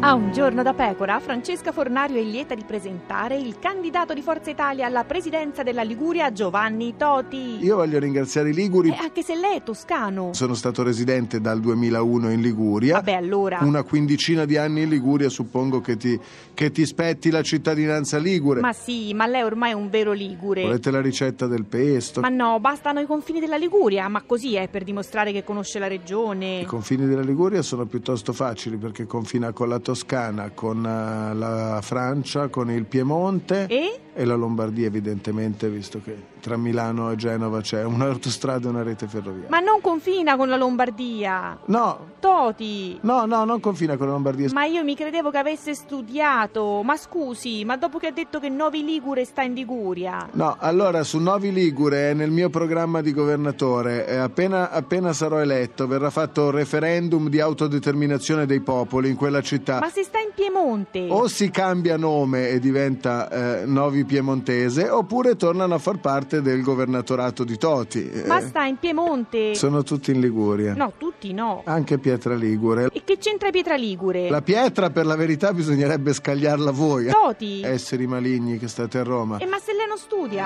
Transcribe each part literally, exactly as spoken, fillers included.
A un giorno da pecora, Francesca Fornario è lieta di presentare il candidato di Forza Italia alla presidenza della Liguria, Giovanni Toti. Io voglio ringraziare i liguri. Eh, anche se lei è toscano. Sono stato residente dal duemilauno in Liguria. Vabbè, allora. Una quindicina di anni in Liguria, suppongo che ti, che ti spetti la cittadinanza ligure. Ma sì, ma lei ormai è un vero ligure. Volete la ricetta del pesto? Ma no, bastano i confini della Liguria, ma così è per dimostrare che conosce la regione. I confini della Liguria sono piuttosto facili perché confina con la Toscana, con uh, la Francia, con il Piemonte e? e la Lombardia, evidentemente, visto che tra Milano e Genova c'è un'autostrada e una rete ferroviaria. Ma non confina con la Lombardia. No. Toti. No, no, non confina con la Lombardia. Ma io mi credevo che avesse studiato. Ma scusi, ma dopo che ha detto che Novi Ligure sta in Liguria? No, allora su Novi Ligure è nel mio programma di governatore. Eh, appena, appena sarò eletto verrà fatto un referendum di autodeterminazione dei popoli in quella città. Ma se sta in Piemonte? O si cambia nome e diventa eh, Novi Piemontese, oppure tornano a far parte del governatorato di Toti. Ma sta in Piemonte? Sono tutti in Liguria. No, tutti no. Anche Pietra Ligure. E che c'entra Pietra Ligure? La pietra, per la verità, bisognerebbe scagliarla voi. Toti? Esseri maligni che state a Roma. E ma se lei non studia?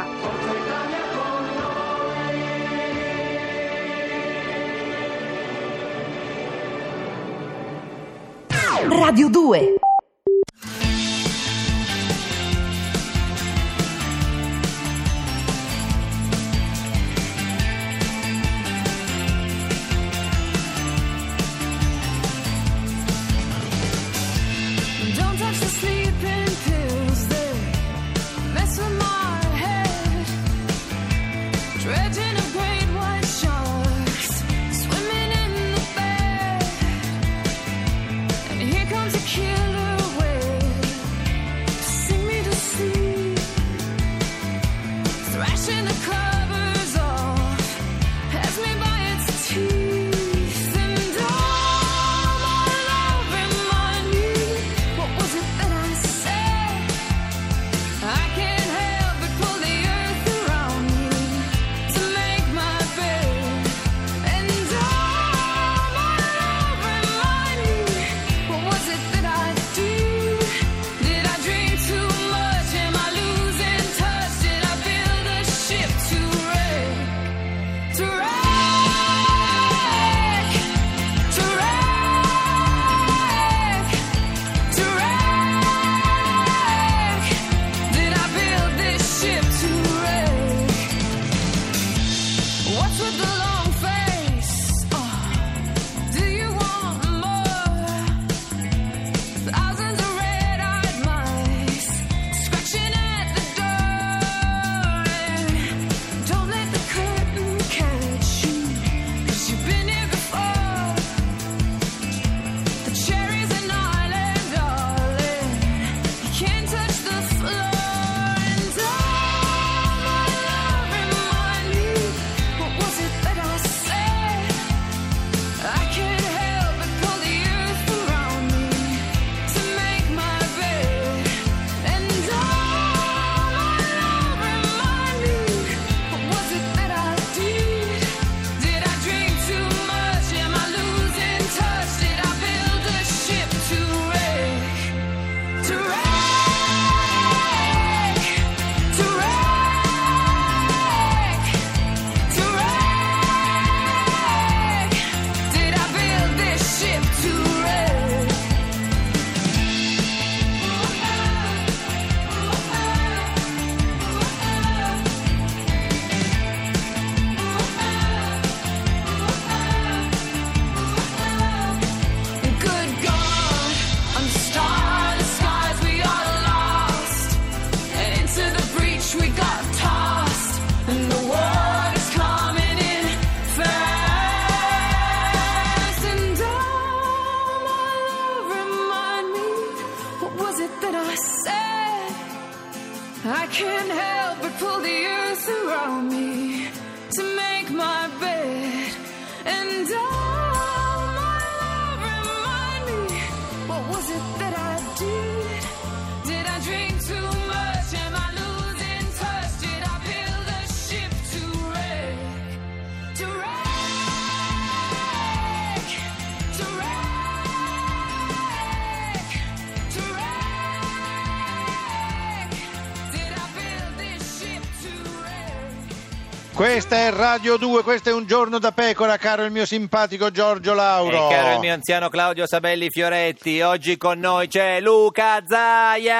Radio due. I can't help but pull the earth around me to make my bed, and all my love remind me, what was it that I did? Did I drink too much? Am I losing touch? Did I build a ship to wreck? To wreck? To wreck? Questa è Radio due, questo è Un giorno da pecora, caro il mio simpatico Giorgio Lauro. E caro il mio anziano Claudio Sabelli Fioretti. Oggi con noi c'è Luca Zaia.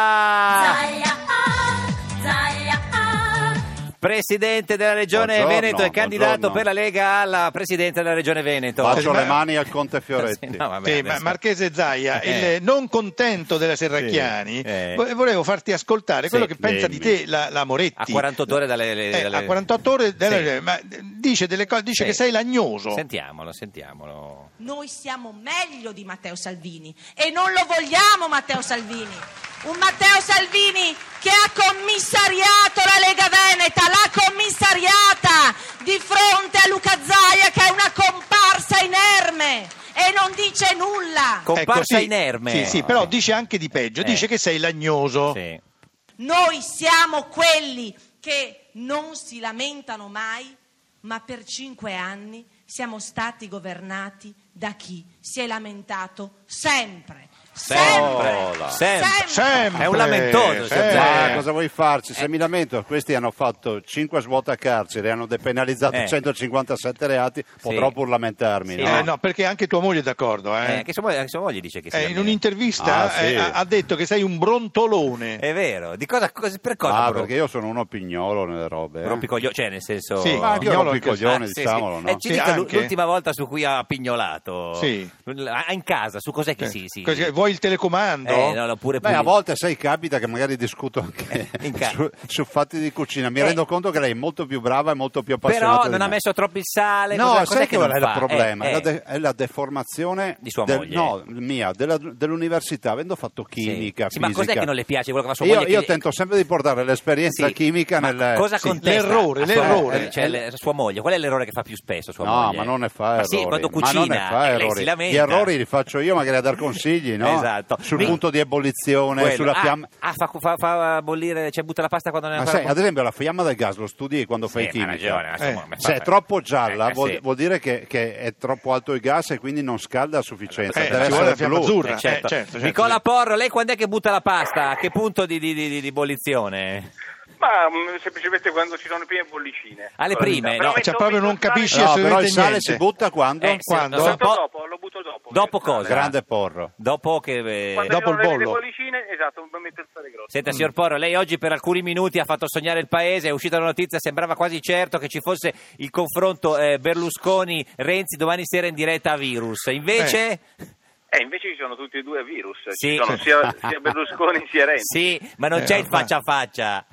Zaia, ah, Zaia, ah. Presidente della Regione Buongiorno, Veneto e candidato buongiorno. per la Lega alla Presidenza della Regione Veneto. Faccio Ma- le mani al Conte Fioretti. Sì, no, vabbè, Sì, adesso- ma- Marchese Zaia, Eh. il non contento della Serracchiani, Sì, eh. vo- volevo farti ascoltare quello Sì, che pensa dimmi. di te la, la Moretti. A quarantotto ore dalle... le- Eh, dalle- a quarantotto ore della- Sì. ma dice delle cose, dice Sì. che sei lagnoso. Sentiamolo, sentiamolo. Noi siamo meglio di Matteo Salvini e non lo vogliamo Matteo Salvini. Un Matteo Salvini che ha commissariato la Lega Veneta, l'ha commissariata di fronte a Luca Zaia che è una comparsa inerme e non dice nulla. Comparsa Ecco, sì, inerme. Sì, sì, però dice anche di peggio, Eh. dice che sei lagnoso. Sì. Noi siamo quelli che non si lamentano mai, ma per cinque anni siamo stati governati da chi si è lamentato sempre. Sempre, Sempre. sempre. Sempre. È un lamentoso, sempre. signor Ma Zaia. cosa vuoi farci? Se mi lamento, questi hanno fatto cinque svuota carceri, hanno depenalizzato Eh. centocinquantasette reati, potrò pur lamentarmi, Sì, no? Eh, no, perché anche tua moglie è d'accordo. Eh? Eh, che sua moglie, anche sua moglie dice che Eh, sia in meglio. un'intervista Ah, sì. eh, ha, ha detto che sei un brontolone. È vero. Di cosa, cosa- per cosa? Ah, bro- perché io sono uno pignolo nelle robe. eh. Rompicoglio- cioè nel senso... Sì, Ma anche io Pignolo rompo i anche- coglioni, Ah, sì, diciamolo, sì. no? Eh, ci Sì, dica l- anche. l'ultima volta su cui ha pignolato. Sì. Ah, in casa, su cos'è che sì, sì. Così, vuoi il telecomando? Eh, no, no, pure Beh, a pulito. volte, sai, capita che magari discuto anche In ca- su, su fatti di cucina. Mi Eh. rendo conto che lei è molto più brava e molto più appassionata Però di non ha me. messo troppo il sale. No, cos'è, sai cos'è che che qual non è il fa? problema? Eh, È, la eh. de- è la deformazione Di sua del- moglie. no, mia, della- dell'università, avendo fatto Sì. chimica, Sì, ma fisica. cos'è che non le piace quello che fa sua Io, moglie? io che- tento sempre di portare l'esperienza Sì, chimica ma nel... cosa sì, contesta l'errore, a sua- l'errore. eh, cioè, le- sua moglie, qual è l'errore che fa più spesso sua No, moglie? ma non ne fa Ma errori. sì, quando Ma non ne cucina fa e lei errori. si lamenta. Gli errori li faccio io, magari a dar consigli, no? Esatto. Sul Mi- punto di ebollizione, Quello. sulla Ah, fiamma. Ah, fa, fa- fa bollire, cioè butta la pasta quando ne Ma ancora- sai, ad esempio la fiamma del gas lo studi quando Sì, fai ha chimica. ragione, ma Eh, insomma, mi fa- Se è troppo gialla Eh, eh, vuol, sì. vuol dire che, che è troppo alto il gas e quindi non scalda a sufficienza. Eh, Deve ci vuole essere la fiamma blu. azzurra. Eh, certo. Eh, certo, certo, Nicola sì. Porro, lei quando è che butta la pasta? A che punto di, di, di, di ebollizione? Ma mh, semplicemente quando ci sono le prime bollicine. Alle Con la prime, verità. no? Però Cioè, metto- proprio metto non il sale- capisci No, però assolutamente il sale niente. si butta quando? Eh, sì, Quando? no, Lo so- butto po- dopo, lo butto dopo. Dopo metto il cosa? sale. Grande porro. Dopo che... eh, Quando Dopo ci il sono le- le bollo. bollicine, esatto, metto il sale grosso. Senta, signor Porro, lei oggi per alcuni minuti ha fatto sognare il paese, è uscita la notizia, sembrava quasi certo che ci fosse il confronto eh, Berlusconi-Renzi domani sera in diretta a Virus. Invece... Eh, invece ci sono tutti e due virus. Sì. Ci sono sia, sia Berlusconi sia Renzi. Sì, ma non Eh, c'è il ma- faccia a faccia.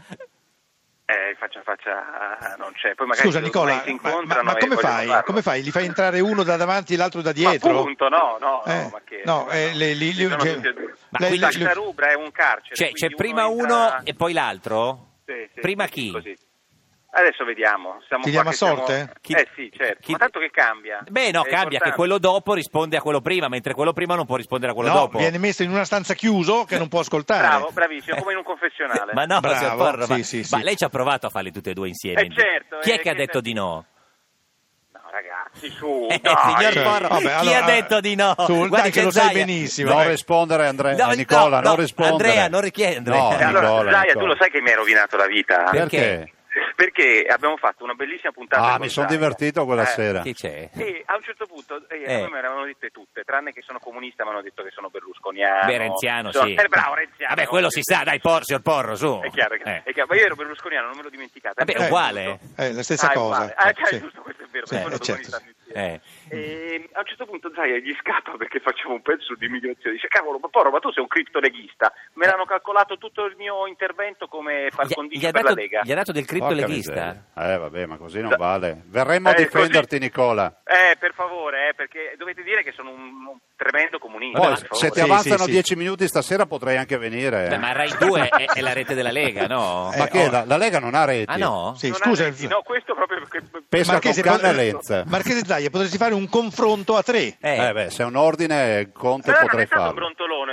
Eh, faccia a faccia non c'è. Poi magari Scusa se Nicola, si ma, incontrano ma- ma e come vogliono fai? farlo. Come fai? Li fai entrare uno da davanti e l'altro da Ma dietro? appunto, no, no, Eh, no, ma che... no, eh, le- li- Ci li- sono cioè- tutti e due. Ma lei- quindi- lei- La rubra è un carcere. Cioè, quindi c'è prima entra- uno e poi l'altro? Sì, sì, Prima sì, chi? così. Adesso vediamo. Siamo Ti qua diamo che a sorte? siamo- Chi- Eh sì, certo. chi- Ma tanto che cambia. Beh, no, È cambia che importante. quello dopo risponde a quello prima, mentre quello prima non può rispondere a quello No, dopo. viene messo in una stanza chiuso che non può ascoltare. Bravo, bravissimo, come in un confessionale. Ma no, Bravo, signor Porro, ma, sì, sì, ma sì. lei ci ha provato a farli tutti e due insieme? Eh, certo, Chi è eh, che ha che detto se- di no? No, ragazzi, su, Eh, dai. signor Porro, Vabbè, chi allora, ha detto di no? su, Guardi, dai, che c'è lo sai Zaia. benissimo. Non eh. rispondere Andrea, No, eh, Nicola, no, non no, rispondere. Andrea, non richiedere. No, E allora, Nicola, Zaia, Nicola. tu lo sai che mi hai rovinato la vita? Perché? Perché? Perché abbiamo fatto una bellissima puntata. Ah, con mi sono Zaia. divertito quella Eh, sera. Chi c'è? E a un certo punto eh, Eh. a me me le avevano dette tutte, tranne che sono comunista, mi hanno detto che sono berlusconiano. Beh, renziano, sono- sì. Eh, bravo, renziano. Vabbè, quello si sa, dai, por, signor Porro, su. È chiaro, che- Eh. è chiaro, ma io ero berlusconiano, non me l'ho dimenticato. Vabbè, Abbiamo uguale. avuto- Eh, la stessa Ah, è cosa. uguale. Ah, cioè, Sì. giusto, questo è vero, Sì, per quello eh, domani certo. stanno insieme. Eh. E a un certo punto Zaia gli scappa perché facciamo un pezzo di immigrazione. Dice, cavolo, ma Porro, ma tu sei un criptoleghista. Me l'hanno calcolato tutto il mio intervento come par Gli, condicio gli ha per dato, la Lega. gli ha dato del Porca criptoleghista? miseria. Eh, vabbè, ma così non vale. Verremo a Eh, difenderti, così- Nicola. Eh, per favore, eh, perché dovete dire che sono un, un tremendo comunista. Poi, per se favore. ti Sì, avanzano sì, sì. dieci minuti stasera potrei anche venire. Beh, eh. ma Rai due è, è la rete della Lega, no? Ma Eh, che? oh. La, la Lega non ha reti. Ah, no? Sì, Non scusa, ha reti, no, questo proprio perché... Pesca Marchese, con canna e pot- lenza. Marchese Zaia, potresti fare un confronto a tre. Eh. Eh beh, se è un ordine, Conte Però non potrei è stato un farlo. brontolone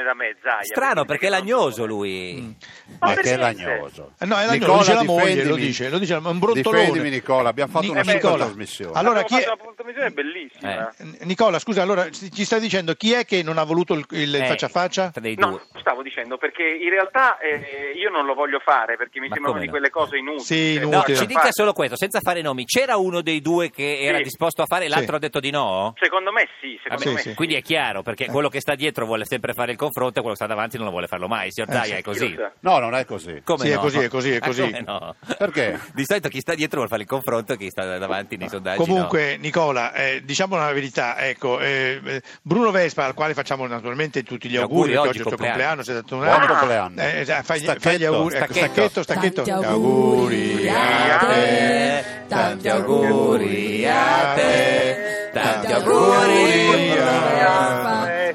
da me, Zaia. Strano, perché è lagnoso lui. Ma perché? che è lagnoso. Eh, no, è lagnoso, Nicola, lo dice la moglie, difendimi. lo dice, lo dice, è un brontolone. Difendimi Nicola, abbiamo fatto Ni- una eh, super Nicola. trasmissione. Allora, Abbiamo chi è- fatto una trasmissione bellissima. Eh. Nicola, scusa, allora ci stai dicendo chi è che non ha voluto il, il Eh, faccia a faccia? tra dei due. No, stavo dicendo perché in realtà eh, io non lo voglio fare perché mi Ma sembrano come di no? quelle cose inutili. Sì, Cioè, No, inutile. ci fare. dica solo questo, senza fare nomi. C'era uno dei due che era Sì. disposto a fare e l'altro Sì. ha detto di no? Secondo me sì, secondo Vabbè, me sì. sì. Quindi è chiaro, perché quello che sta dietro vuole sempre fare il confronto e quello che sta davanti non lo vuole farlo mai. Signor Eh, Zaia, sì. è così. Chi lo sa? No, non è così. Come Sì, è no? così, è così, è Ah, così. come no? Perché? Di solito chi sta dietro vuole fare il confronto e chi sta davanti nei sondaggi Comunque, Nicola, eh, diciamo la verità, ecco, eh, eh, Bruno Vespa, al quale facciamo naturalmente tutti gli Gli auguri, auguri perché oggi, oggi è il suo compleanno, compleanno. settantuno Buon anni. compleanno. Eh, eh, fagli, Stacchetto, fagli auguri, ecco, stacchetto. stacchetto, stacchetto. Tanti auguri a te, tanti auguri a te, tanti auguri a Eh,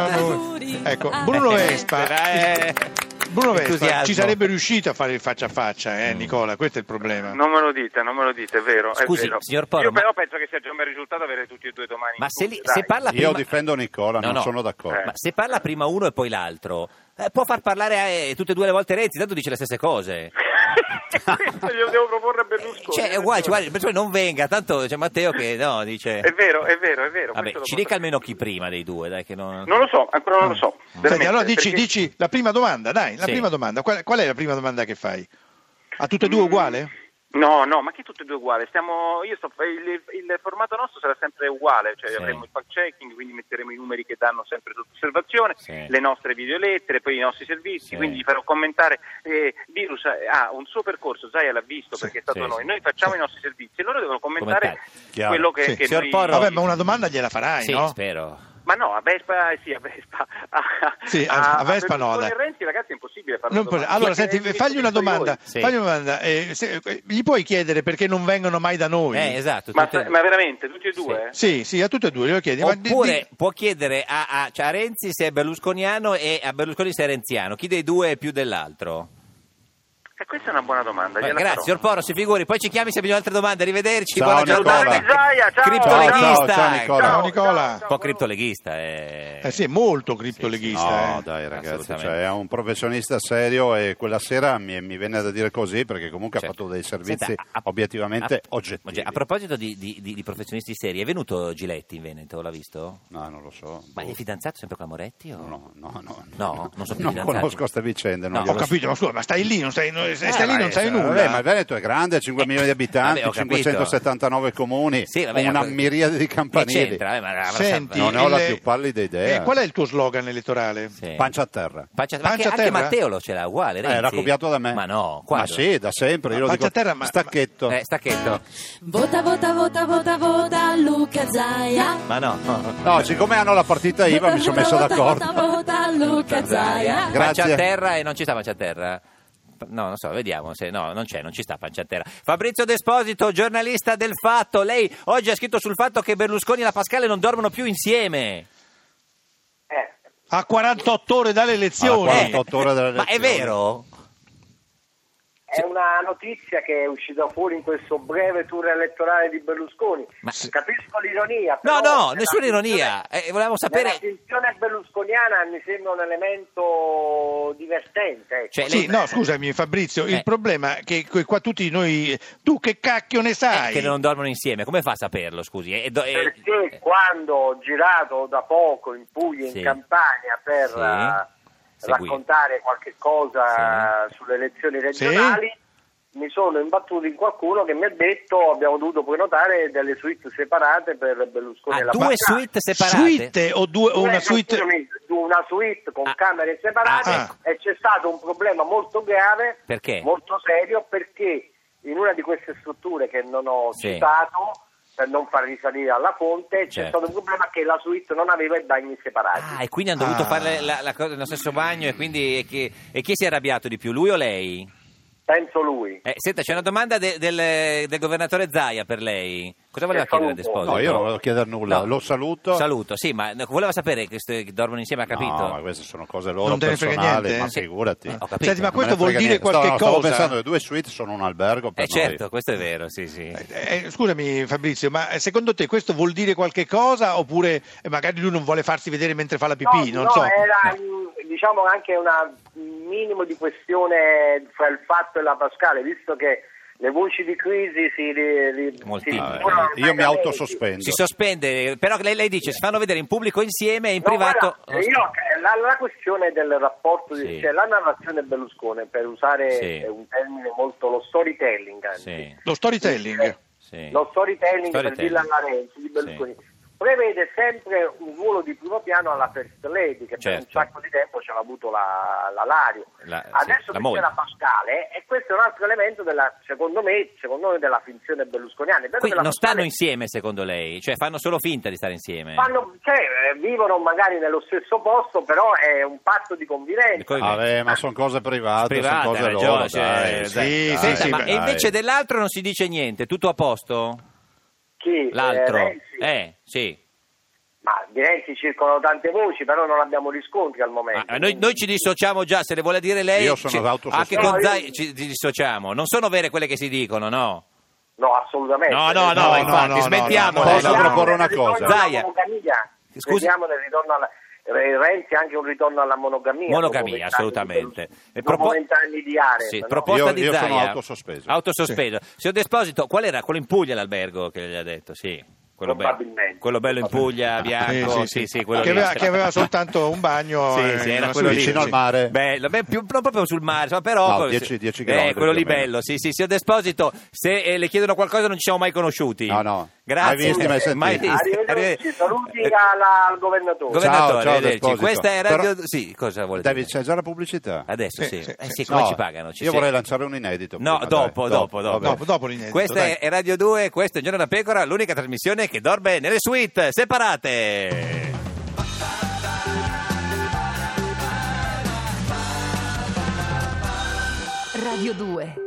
te. Ecco, Bruno Vespa, Eh, Bruno Vespa entusiasmo. ci sarebbe riuscito a fare il faccia a faccia, eh, Nicola, questo è il problema. Non me lo dite, non me lo dite, è vero. è Scusi, vero. signor Porro, Io ma- però penso che sia già un bel risultato avere tutti e due domani. Ma in se, li- studio, se dai. parla Io prima... difendo Nicola, No, non no. sono d'accordo. Eh. Ma se parla prima uno e poi l'altro, eh, può far parlare eh, tutte e due le volte Renzi, tanto dice le stesse cose. Questo glielo devo proporre a Berlusconi. Cioè, è uguale, ci guarda, perciò non venga, tanto c'è Matteo che no, dice... È vero, è vero, è vero. Vabbè, questo lo ci posso dica dire. almeno chi prima dei due, dai, che non... Non lo so, ancora non lo so. Senti, veramente, allora dici, perché- dici la prima domanda, dai, la Sì. prima domanda. Qual, qual è la prima domanda che fai? A tutte e due uguale? No, no, ma che tutte e due uguali? Stiamo, io sto, il, il formato nostro sarà sempre uguale, cioè Sì. avremo il fact checking, quindi metteremo i numeri che danno sempre sotto osservazione, Sì. le nostre videolettere, poi i nostri servizi, Sì. quindi farò commentare. Eh, Virus ha un suo percorso, Zaia l'ha visto Sì, perché è stato sì, noi, sì. noi facciamo i nostri servizi e loro devono commentare Commentare. Chiaro. quello che, Sì. che Signor noi... Porro- Vabbè, ma una domanda gliela farai, Sì, no? spero. Ma no, a Vespa, sì, a Vespa. A, Sì, a- a Vespa no, Berlusconi dai. e Renzi, ragazzi, è impossibile farlo. Non può- allora, senti, fagli una domanda. Sì. Fagli una domanda. Eh, se- eh, gli puoi chiedere perché non vengono mai da noi? Eh, esatto. Ma, tutte- ma veramente, tutti e due? Sì, sì, a tutte e due glielo chiedi. Ma di- Oppure di- può chiedere a, a, cioè a Renzi se è berlusconiano e a Berlusconi se è renziano. Chi dei due è più dell'altro? E questa è una buona domanda. Beh, gliela grazie, farò. signor Porro, si figuri. Poi ci chiami se abbiamo altre domande. Arrivederci, Ciao, buona Nicola. giornata. Salutami Zaia, ciao. Criptoleghista. Ciao, ciao, Nicola. Ciao, Nicola. Un po' criptoleghista. Eh. Eh sì, è molto criptoleghista. No, eh. dai ragazzi, Assolutamente. cioè, è un professionista serio e quella sera mi, mi venne da dire così perché comunque Certo. ha fatto dei servizi Senta, a- obiettivamente a- oggettivi. A proposito di, di- di- di professionisti seri, è venuto Giletti in Veneto? L'ha visto? No, non lo so. Ma è fidanzato sempre con la Moretti? O... No, no, no. No, non sono più Non fidanzati. conosco queste vicende. Non No, Ho glielo so. capito, ma scusa, ma stai lì, non stai, non, stai Eh, lì, ma non sai eh, nulla. vabbè, ma il Veneto è grande, cinque milioni di abitanti, vabbè, ho capito. cinquecentosettantanove comuni, Sì, vabbè, una ma- miriade di Che campanili. c'entra? Eh, ma avrà- Senti, Non ne ho la il- più pallida idea. eh, qual è il tuo slogan elettorale? Sì. Pancia a terra. Pancia- ma Pancia anche, a anche terra? Matteo lo ce l'ha uguale, Renzi. Eh, era copiato da me. Ma no, Ma quando? sì, da sempre. Io lo Pancia dico a terra, ma- stacchetto. Eh, stacchetto. Vota, vota, vota, vota, vota Luca Zaia. Ma no. No, siccome hanno la partita I V A mi sono messo Vota, d'accordo. Vota, vota Luca Zaia. Grazie. Pancia a terra e non ci sta pancia a terra. No, non so, vediamo se no, non c'è, non ci sta pancia a terra. Fabrizio D'Esposito, giornalista del Fatto. Lei oggi ha scritto sul fatto che Berlusconi e la Pascale non dormono più insieme. Eh, A quarantotto ore dalle elezioni. Alla quarantotto ore delle Ma è elezioni. vero? È una notizia che è uscita fuori in questo breve tour elettorale di Berlusconi. Ma- Capisco l'ironia. No, però no, nella nessuna finzione- ironia. Eh, volevamo sapere. Nella finzione berlusconiana mi sembra un elemento divertente. ecco. Cioè, Sì, lei- no, scusami Fabrizio, il Eh. problema è che que- qua tutti noi, tu che cacchio ne sai? Eh, che non dormono insieme, come fa a saperlo, scusi? Eh, do- eh, Perché eh, quando ho girato da poco in Puglia, Sì. in Campania, per Sì. eh, Segui. raccontare qualche cosa eh, sulle elezioni regionali, mi sono imbattuto in qualcuno che mi ha detto abbiamo dovuto prenotare delle suite separate per Berlusconi Ah, e la due Pascale. suite separate? Suite o, due, o una Eh, suite? scusami, una suite con Ah. camere separate Ah, ecco. e c'è stato un problema molto grave, Perché? molto serio, perché in una di queste strutture che non ho Sì. citato, per non far risalire alla fonte, c'è Certo. stato un problema che la suite non aveva i bagni separati. Ah, e quindi hanno dovuto Ah. fare la, la cosa nello stesso bagno e quindi e chi, e chi si è arrabbiato di più, lui o lei? Penso lui. Eh, senta, c'è una domanda de- del, del governatore Zaia per lei. Cosa voleva Che chiedere saluto. D'Esposito? No, io non volevo chiedere nulla, No. lo saluto. Saluto, sì, ma no, voleva sapere che, st- che dormono insieme, ha capito? No, ma queste sono cose loro Non te ne frega personali, niente? ma Sì. figurati. Eh, ho capito. Senti, ma Non questo me ne vuol frega dire niente. qualche No, no, stavo cosa? pensando che due suite sono un albergo per Eh noi. certo, questo è vero, sì, sì. Eh, eh, scusami Fabrizio, ma secondo te questo vuol dire qualche cosa oppure eh, magari lui non vuole farsi vedere mentre fa la pipì? No, non no, so. era, diciamo anche una, un minimo di questione fra il Fatto e la Pascale, visto che le voci di crisi si, ri, ri, si ah, io mi autosospendo. Si sospende, però lei, lei dice si fanno vedere in pubblico insieme e in no, privato. Guarda, io, la, la questione del rapporto, sì. di, cioè la narrazione Berlusconi, per usare sì. un termine molto, lo storytelling, anzi, Sì. Lo storytelling. Sì. lo storytelling, Storytelling. per dirla alla Renzi di Berlusconi. Sì. Prevede sempre un ruolo di primo piano alla First Lady, che certo. per un sacco di tempo ce l'ha avuto la, la Lario. La, Adesso sì, c'è la, la Pascale, e questo è un altro elemento della, secondo me, secondo me della finzione berlusconiana. Quindi non Pascale, stanno insieme secondo lei? Cioè fanno solo finta di stare insieme? Fanno, cioè, eh, vivono magari nello stesso posto, però è un patto di convivenza. Vabbè, ma sono cose private, Private, sono cose hai loro. ragione, Dai, sì, dai, sì, dai, senta, dai, ma dai. e invece dell'altro non si dice niente, tutto a posto? Chi? L'altro? Eh, Renzi? Eh, sì. Ma di Renzi circolano tante voci, però non abbiamo riscontri al momento. Ah, noi, noi ci dissociamo già, se le vuole dire lei. Io sono ci- autosospeso. anche con No, io- Zai ci dissociamo. Non sono vere quelle che si dicono, no? No, assolutamente. No, no, no, No, infatti, no, no, smettiamo. no, no, Posso proporre una cosa? Zaia. Scusi? Vediamo del ritorno alla... Renzi anche un ritorno alla monogamia. Monogamia, assolutamente. E Propo- dopo vent'anni di Arendt, Sì, no? proposta Io- di io sono Zaia. autosospeso. Autosospeso. Signor Desposito, qual era? Quello in Puglia l'albergo che gli ha detto? Sì. Quello bello, Probabilmente. quello bello in Puglia, bianco, Sì, sì, sì, sì, sì. quello Che lì. aveva, che aveva soltanto un bagno. Sì, eh, sì, era in quello lì. vicino al mare. Bello, beh, più, non proprio sul mare, insomma, però... No, quello- dieci- dieci eh, chilometri quello lì più o meno. bello, sì, sì. Signor Desposito, se eh, le chiedono qualcosa non ci siamo mai conosciuti. No, no. Grazie. Mai visti, mai sentiti. Mai visti. Arrivederci, saluti alla- al governatore. Governatore, Ciao, ciao, arrivederci. Desposito. Questa è Radio... Però- Sì, cosa vuole David, dire? c'è già la pubblicità? Adesso Sì, sì. sì, Eh sì. sì, come No, ci pagano? Ci io sei- vorrei lanciare un inedito. No, prima, dopo, dai. dopo, dopo. vabbè. Dopo, dopo l'inedito. Questa dai. è Radio due, questo è Un Giorno da Pecora, l'unica trasmissione che dorme nelle suite separate. Radio due.